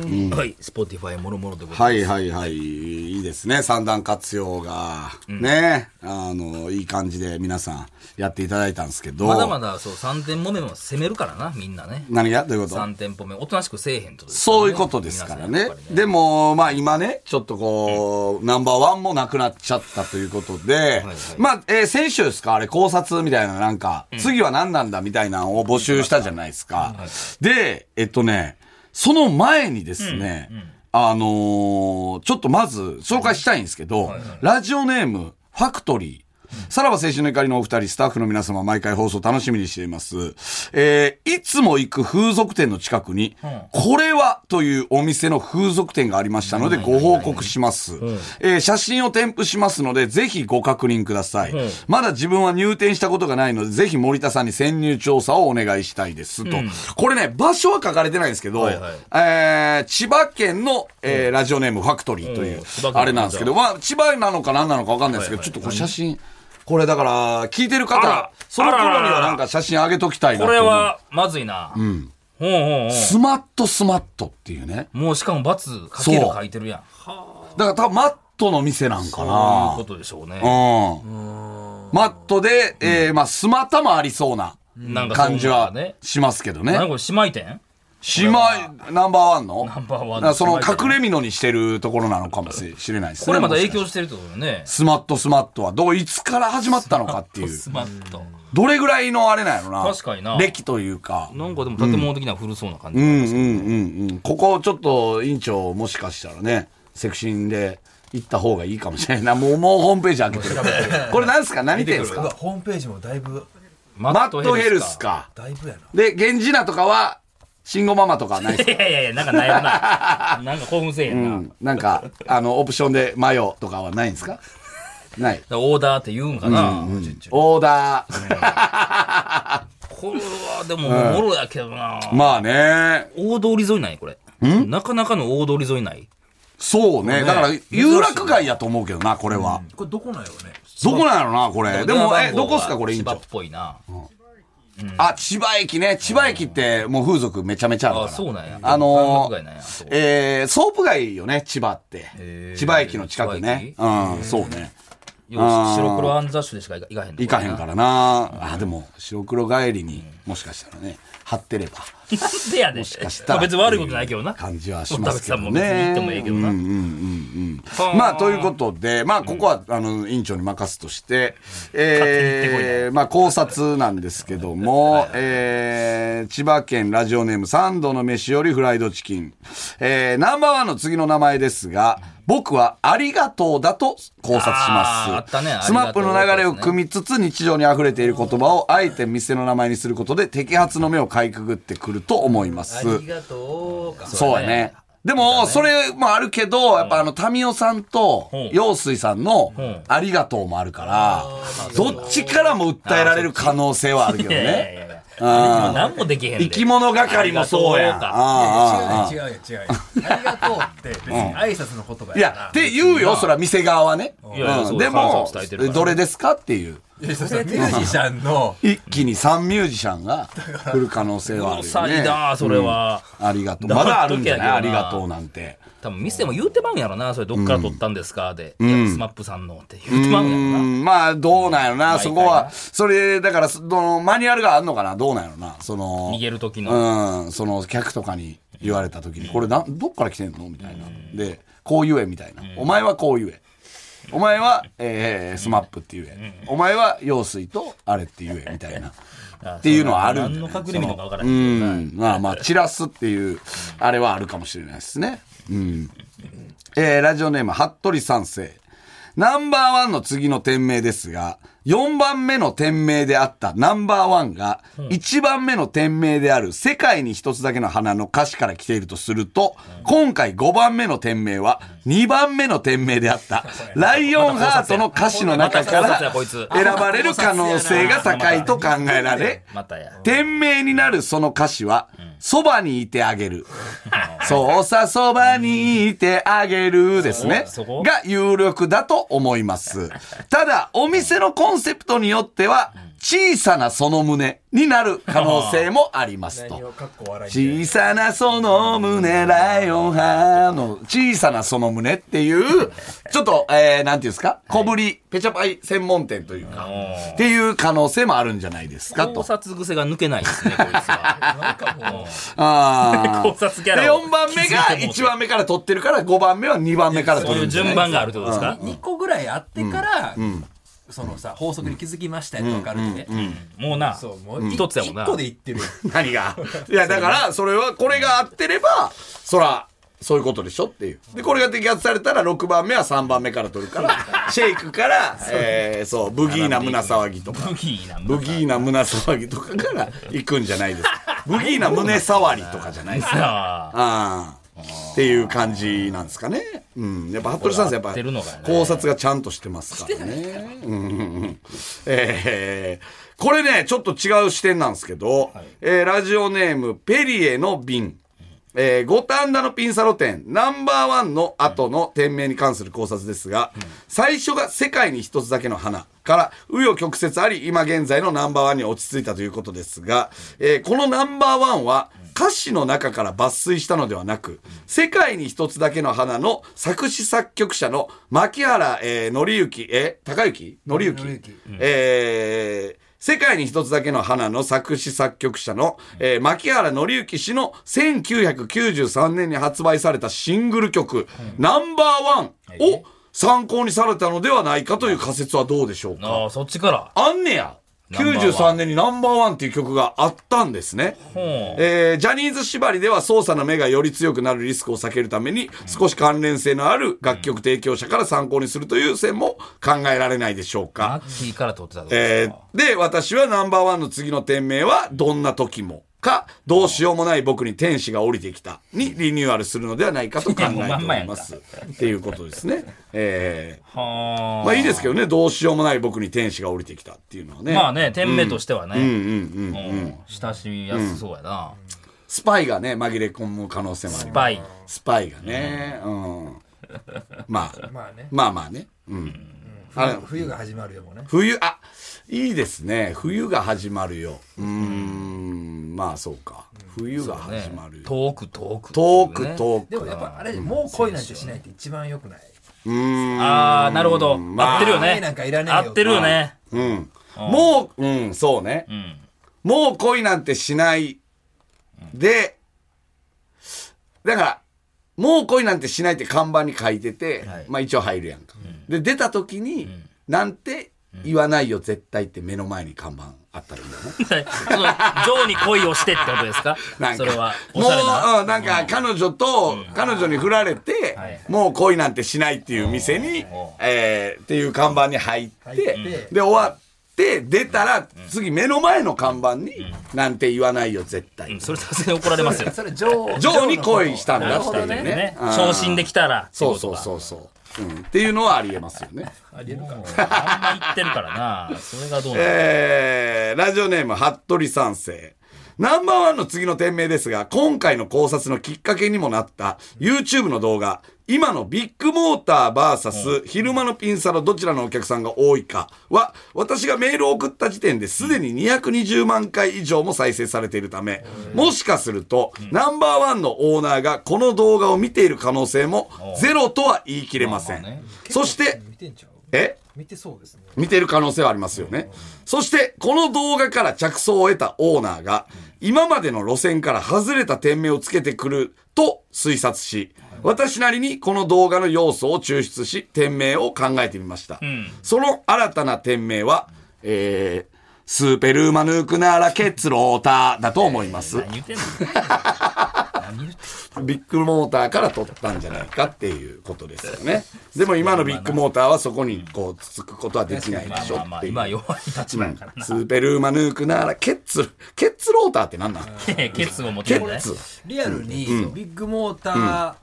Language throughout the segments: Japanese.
はい、Spotify もろもろでござはいはいはい。いいですね。三段活用が。ね。いい感じで皆さんやっていただいたんですけど。 まだまだそう、3店舗目も攻めるからな、みんなね。 何がどういうこと ?3 店舗目。おとなしくせえへんと、 そういうことですからね。でも、まあ今ね、ちょっとこう、ナンバーワンもなくなっちゃったということで、まあ、先週ですかあれ考察みたいななんか、次は何なんだみたいなのを募集したじゃないですか。で、その前にですね、ちょっとまず紹介したいんですけど、ラジオネーム、ファクトリー。さらば青春の怒りのお二人、スタッフの皆様、毎回放送楽しみにしています。いつも行く風俗店の近くに、これはというお店の風俗店がありましたので、ご報告します。写真を添付しますので、ぜひご確認ください。まだ自分は入店したことがないので、ぜひ森田さんに潜入調査をお願いしたいです。と。これね、場所は書かれてないんですけど、千葉県の、ラジオネームファクトリーという、あれなんですけど、まあ、千葉なのか何なのかわかんないですけど、ちょっとこれ写真、これだから、聞いてる方、その頃にはなんか写真上げときたいなと。 これは、まずいな。 スマットっていうね。 もうしかも×かける書いてるやん。 だから多分マットの店なんかな。 そういうことでしょうね。 マットで、まあ、スマタもありそうな感じはしますけどね。 何これ、姉妹店ナンバーワンのナンバーワンのその隠れ蓑にしてるところなのかもしれないですね。 これまた影響してるってことね。 スマットはいつから始まったのかっていう。 スマット。 どれぐらいのあれなんやろな。 確かにな。 歴というか。 なんかでも建物的には古そうな感じなんですけど。 ここちょっと委員長もしかしたらね、セクシンで行った方がいいかもしれないな。もうホームページ開けてる。これ何ですか何店ですかホームページもだいぶ。 マットヘルスか。 だいぶやな。 で、源氏名とかは、慎吾ママとかないですか？ いや、なんかないよな。なんか興奮せえへんな。 なんか、オプションでマヨとかはないんですか？ない。 オーダーって言うんかな。 オーダー。 これはでも、もろやけどな。 まあね。 大通り沿いないこれ。なかなかの大通り沿いない。 そうね。だから、有楽街やと思うけどな、これは。 これどこなんやろね。 どこなんやろな、これ。でも、どこっすか、これ、委員長。 千葉っぽいな。 千葉駅ね。千葉駅ってもう風俗めちゃめちゃあるから。 そうなんや。 ソープ街よね、千葉って。千葉駅の近くね。そうね。 白黒アンザッシュでしか行かへん。 行かへんからな。でも、白黒帰りにもしかしたらね、貼ってれば。 なんでやねん。 もしかしたら。 別に悪いことないけどな。 感じはしますけどね。 も別に行ってもええけどな。 まあ、ということで、まあ、ここは、委員長に任すとして、まあ、考察なんですけども、千葉県ラジオネーム3度の飯よりフライドチキン。ナンバーワンの次の名前ですが、僕はありがとうだと考察します。スマップの流れを組みつつ日常に溢れている言葉をあえて店の名前にすることで摘発の目をかいくぐってくると思います。 ありがとうか。 そうやね。でも、それもあるけど、やっぱタミオさんと、陽水さんの、ありがとうもあるから、どっちからも訴えられる可能性はあるけどね。 何もできへん。 生き物係もそうやん。 違う。ありがとうって別に挨拶の言葉やから。 いや、って言うよ、そら店側はね。でも、どれですかっていう。 ミュージシャンの一気に3ミュージシャンが来る可能性はあるよね。 サイダー、それは。 ありがとう。まだあるんじゃないありがとうなんて。 多分店も言うてまうんやろな。それどっから取ったんですかで。スマップさんのって言うてまうんやろな。 まあ、どうなんやろな。そこは、それ、だから、マニュアルがあるのかなどうなんやろな。 逃げる時の。 その客とかに言われた時に、これどっから来てんのみたいな。で、こう言えみたいな。お前はこう言え。お前は、スマップって言え。お前は陽水とあれって言えみたいな。っていうのはあるんだよね。 何の隠れ身か分からないけどまあ、散らすっていう、あれはあるかもしれないですね。ラジオネーム、服部三世。ナンバーワンの次の店名ですが、4番目の店名であったナンバーワンが、1番目の店名である世界に一つだけの花の歌詞から来ているとすると、今回5番目の店名は、2番目の店名であった、ライオンハートの歌詞の中から選ばれる可能性が高いと考えられ、店名になるその歌詞は、そばにいてあげる。そうさ、そばにいてあげるですね。が有力だと思います。ただ、お店のコンセプトによっては、 小さなその胸になる可能性もありますと。小さなその胸、ライオンハーの小さなその胸っていう、ちょっと、なんていうんですか、小ぶり、ペチャパイ専門店というか、っていう可能性もあるんじゃないですかと。 考察癖が抜けないですね、こいつは。なんかもう。 考察キャラ。で、4番目が1番目から取ってるから、5番目は2番目から取る。 そういう順番があるってことですか？ 2 個ぐらいあってから、そのさ、法則に気づきましたよって分かるんで。 もうな、 もう一つやもんな。 1個で言ってる。 何がいや、だから、それは、これが合ってれば、そら、そういうことでしょっていう。で、これが摘発されたら、6番目は3番目から取るから、シェイクから、そう、ブギーな胸騒ぎとか、ブギーな胸騒ぎとかから行くんじゃないですか。ブギーな胸触りとかじゃないですか。っていう感じなんですかね。やっぱ服部さんやっぱ考察がちゃんとしてますからね。これねちょっと違う視点なんですけど、ラジオネームペリエの瓶、五反田のピンサロ店ナンバーワンの後の店名に関する考察ですが、最初が世界に一つだけの花から紆余曲折あり今現在のナンバーワンに落ち着いたということですが、このナンバーワンは歌詞の中から抜粋したのではなく、世界に一つだけの花の作詞作曲者の牧原紀之、世界に一つだけの花の作詞作曲者の、牧原紀之氏の1993年に発売されたシングル曲、ナンバーワンを参考にされたのではないかという仮説はどうでしょうか。 そっちからあんねや。93年にナンバーワンっていう曲があったんですね。ジャニーズ縛りでは操作の目がより強くなるリスクを避けるために、少し関連性のある楽曲提供者から参考にするという線も考えられないでしょうか。 マッキーから取ってたとですか。 で、私はナンバーワンの次の店名はどんな時もか、どうしようもない僕に天使が降りてきたにリニューアルするのではないかと考えておりますっていうことですね。まあいいですけどね、どうしようもない僕に天使が降りてきたっていうのはね。 まあね、店名としてはね、親しみやすそうやな。 スパイがね紛れ込む可能性もあります。スパイがね、まあね、 冬が始まるよもね。 いいですね。冬が始まるよ。まあそうか。冬が始まるよ。 遠く。 でもやっぱあれ、もう恋なんてしないって一番良くない？ なるほど。合ってるよね。合ってるよね。 もう、そうね。もう恋なんてしないで、だから、もう恋なんてしないって看板に書いてて、まあ一応入るやんか。で、出た時に、なんて言わないよ絶対って目の前に看板あったらいいんだよね。 そのジョーに恋をしてってことですか？それはおしゃれな。 なんか彼女に振られて、もう恋なんてしないっていう店に、っていう看板に入って、で終わって出たら次目の前の看板に、なんて言わないよ絶対。 それさすがに怒られますよ。 それジョーに恋したんだっていうね。昇進できたら。 そう。っていうのはありえますよね。 ありえるか。あんま言ってるからな。それがどうなの？ ラジオネーム服部三世。ナンバーワンの次の店名ですが、今回の考察のきっかけにもなった YouTube の動画、今のビッグモーター VS 昼間のピンサロどちらのお客さんが多いかは、私がメールを送った時点ですでに220万回以上も再生されているため、もしかするとナンバーワンのオーナーがこの動画を見ている可能性もゼロとは言い切れません。そして、 見てそうですね。 見てる可能性はありますよね。そして、この動画から着想を得たオーナーが、今までの路線から外れた店名をつけてくると推察し、私なりにこの動画の要素を抽出し、店名を考えてみました。その新たな店名は、スーペルーマヌークナーラケッツローターだと思います。 何言ってんの？ ビッグモーターから取ったんじゃないかっていうことですよね。でも今のビッグモーターはそこにこうつくことはできないでしょっていう。 今弱い立場やからな。 スーペルーマヌークナーラケッツローターって何なの？ ケツを持ってるね。 リアルにビッグモーター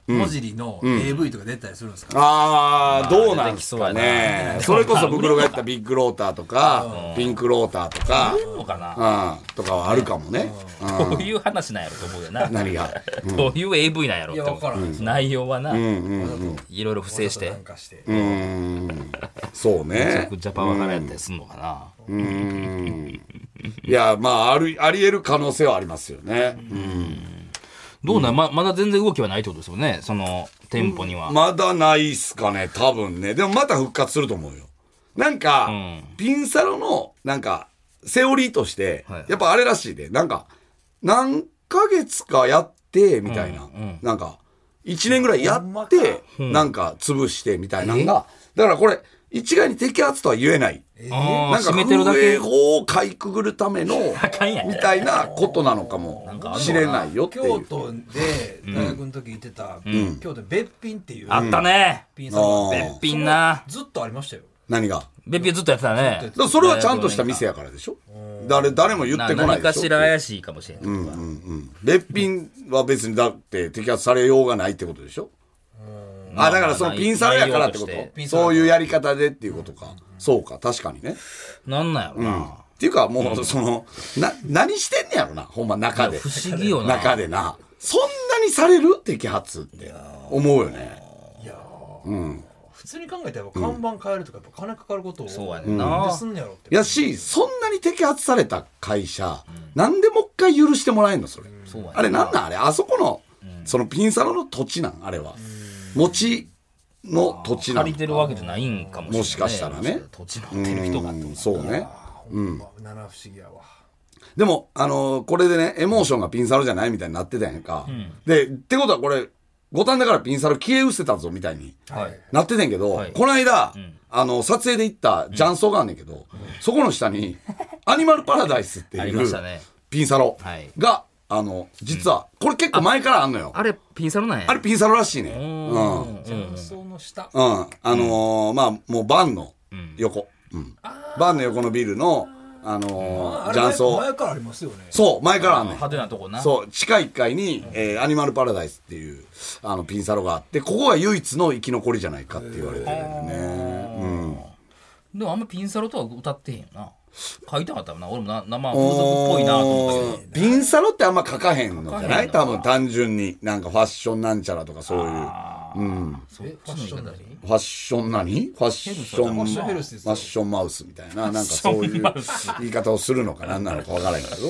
文字りの AV とか出たりするんですか？ ああ、どうなんすかまあね。それこそ袋が言ったビッグローターとか、ピンクローターとか、 のかな、 とかはあるかもね。 どういう話なんやろと思うよな。 何が。 どういう AV なんやろっていや、わからんです。 内容はな、いろいろ不正してなんかして。 そうめちゃね。 くちゃパワハラやったりすんのかな。 いや、まあ、あり得る可能性はありますよね。 どうなん、まだ全然動きはないってことですよね、その店舗には。 まだないっすかね、多分ね。でもまた復活すると思うよ。なんか、ピンサロの、なんか、セオリーとして、やっぱあれらしいで、なんか、何ヶ月かやって、みたいな。なんか、1年ぐらいやって、なんか潰して、みたいなのが、だからこれ、一概に摘発とは言えない。なんか、 閉めてるだけ風営法をかいくぐるための、みたいなことなのかもしれないよっていう。 京都で大学の時行ってた、京都別品っていう。 あったね。 ピンサロが別品な。 ずっとありましたよ。 何が別品ずっとやってたね。 それはちゃんとした店やからでしょ。誰も言ってこないでしょ。 何かしら怪しいかもしれない。 別品は別にだって摘発されようがないってことでしょ。だからそのピンサロやからってこと。そういうやり方でっていうことか。そうか、確かにね。 なんなんやろな。 っていうかもう、何してんねやろな、ほんま中で。 不思議よな。 中でな。そんなにされる摘発って思うよね。 いや普通に考えたら看板変えるとかやっぱ金かかることをそうやねんな。 なんですんねやろって。 やし、そんなに摘発された会社、なんでもう一回許してもらえんのそれ。あれなんなんあれ、あそこの、そのピンサロの土地なんあれは。持ちの土地なん借りてるわけじゃないんかもしれない。 もしかしたらね。 土地持ってる人がってこと。 そうね。 七不思議やわ。 でも、これでね、エモーションがピンサロじゃないみたいになってたやんか。で、ってことはこれ、五反田からピンサロ消え失せたぞみたいになっててんけど、この間、撮影で行った雀荘があんねんけど、そこの下に、アニマルパラダイスっていう、ピンサロが、実は、これ結構前からあんのよ。 あれ、ピンサロなんや。 あれピンサロらしいね。 雀荘の下。 まあ、もうバンの横。バンの横のビルの、雀荘。 前からありますよね。 そう、前からあんねん。 派手なとこな。 そう、地下1階に、アニマルパラダイスっていう、ピンサロがあって、ここが唯一の生き残りじゃないかって言われてるよね。 でもあんまピンサロとは歌ってへんよな。書いてなかったもんな。俺も生風俗っぽいなと思ったけど。 ピンサロってあんま書かへんのじゃない多分単純に。なんかファッションなんちゃらとかそういう。 ファッション何？ ファッション何？ファッション、 ファッションヘルスですよ。 ファッションマウスみたいな、なんかそういう言い方をするのかなんなのかわからんけど。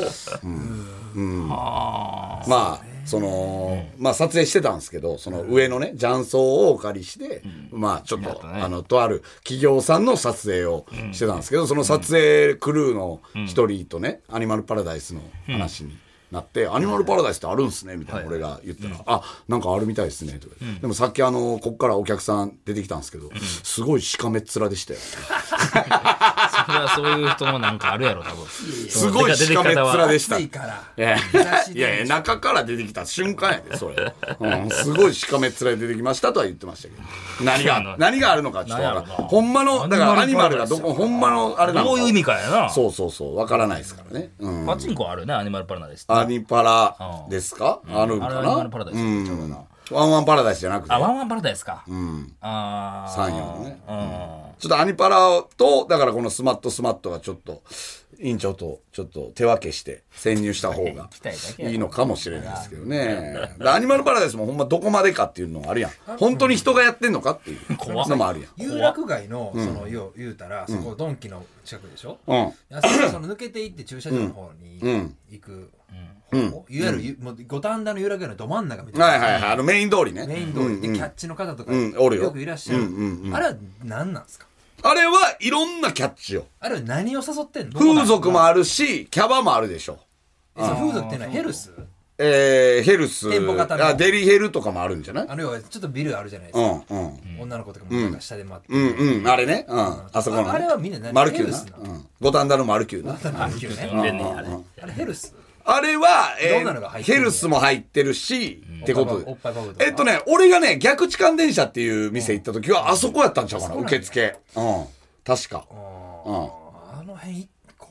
まあ、まあ撮影してたんですけど、その上のね、雀荘をお借りして、まあちょっと、とある企業さんの撮影をしてたんですけど、その撮影クルーの一人とね、アニマルパラダイスの話になって、アニマルパラダイスってあるんすねみたいな俺が言ったら、あ、なんかあるみたいですねとか。でもさっきこっからお客さん出てきたんですけど、すごいしかめっ面でしたよ。 それはそういう人もなんかあるやろ、多分。 すごいしかめっ面でした。 暑いから。 いや、中から出てきた瞬間やで、それ。すごいしかめっ面で出てきましたとは言ってましたけど。何があるのかちょっとわからん。ほんまの、だからアニマルがほんまのあれなのか。 どういう意味かやな。 そう、わからないですからね。 パチンコあるね、アニマルパラダイス。 アニパラですかあるんかなアニマルパラダイス。 ワンワンパラダイスじゃなくて。 ワンワンパラダイスか。 34のね。ちょっとアニパラと、だからこのスマットがちょっと、委員長とちょっと手分けして潜入した方がいいのかもしれないですけどね。アニマルパラダイスもほんまどこまでかっていうのがあるやん。本当に人がやってんのかっていうのもあるやん。 有楽街の、言うたら、そこドンキの近くでしょ。その抜けていって駐車場の方に行く。いわゆる五反田の有楽街のど真ん中みたいな。 はい、メイン通りね。 メイン通りでキャッチの方とかおるよよくいらっしゃる。あれは何なんですか？ あれはいろんなキャッチよ。 あれは何を誘ってんの？ 風俗もあるし、キャバもあるでしょ。 風俗っていうのはヘルス？ ヘルス。 店舗型の。 デリヘルとかもあるんじゃない？ 要はちょっとビルあるじゃないですか。女の子とかもなんか下で待って。 あれね。あそこの。 あれはみんな何？ マルキューな。五反田のマルキューな。 マルキューね。あれヘルス？ あれは、ヘルスも入ってるし、ってことで。俺がね、逆痴漢電車っていう店行った時は、あそこやったんちゃうかな、受付。確か。 あの辺、こ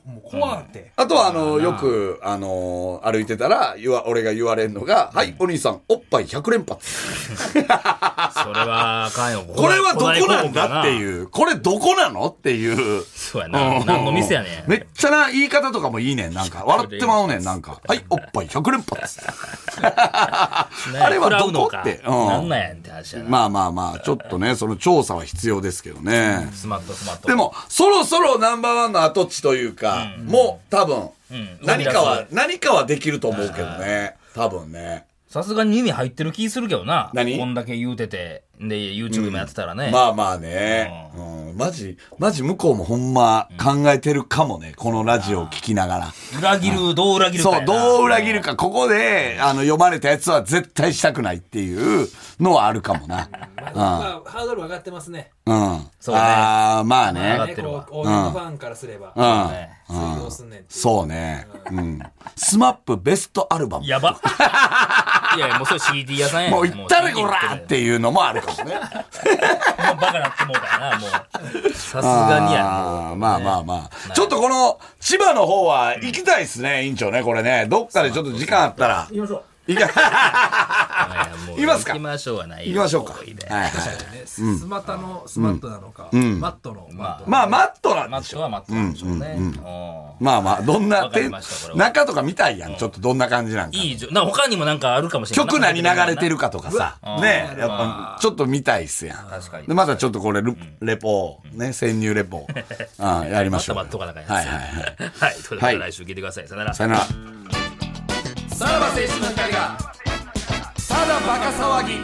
もう怖って。 あとはよく歩いてたら俺が言われるのが、はいお兄さんおっぱい100連発。 それはあかんよ。 これはどこなんだっていう、これどこなのっていう。 そうやな。何の店やねん。 めっちゃな言い方とかもいいねん。なんか笑ってまうねん。なんかはいおっぱい100連発。あれはどこって。 なんなんやんって話やな。 まあちょっとねその調査は必要ですけどね。 スマット。 でもそろそろナンバーワンの跡地というか、もう多分何かはできると思うけどね。多分ね。 さすがに耳入ってる気するけどな。 何？ こんだけ言うてて、で、YouTube もやってたらね。 まあね。マジ向こうもほんま考えてるかもね。このラジオを聞きながら。 どう裏切るか。 そう、どう裏切るか。ここで、読まれたやつは絶対したくないっていうのはあるかもな。 まあ、ハードル上がってますね。 そうね。 まあね。 大喜利のファンからすれば。どうすんねん。 そうね。スマップベストアルバム。 やば。いやもうそれ CD 屋さんやん。 もう行ったれこらーっていうのもあるかもね。 もうバカなってもうからな、もう。さすがにや。 まあ。ちょっとこの千葉の方は行きたいですね、委員長ね、これね。どっかでちょっと時間あったら。 行きましょう。 行きますか。 行きましょうはない。 行きましょうか。 スマットなのか、マットのまあマットなんでしょ。 マットなんでしょうね。 まあどんな中とか見たいやん。ちょっとどんな感じなんか。 いい他にもなんかあるかもしれない。 曲何流れてるかとかさ、ね、やっぱちょっと見たいっすやん。 確かに。 でまたちょっとこれレポね、潜入レポやりましょう。 マットかなんかやつ。 はい。 ということで来週聞いてください。さよなら。 さよなら。さらば青春の光がただバカ騒ぎ。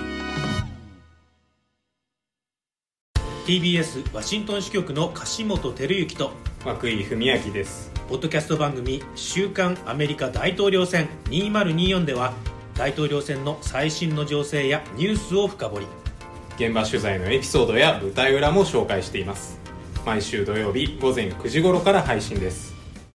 TBS ワシントン支局の樫本照之と涌井文明です。 ポッドキャスト番組週刊アメリカ大統領選2024では大統領選の最新の情勢やニュースを深掘り、 現場取材のエピソードや舞台裏も紹介しています。毎週土曜日午前9時頃から配信です。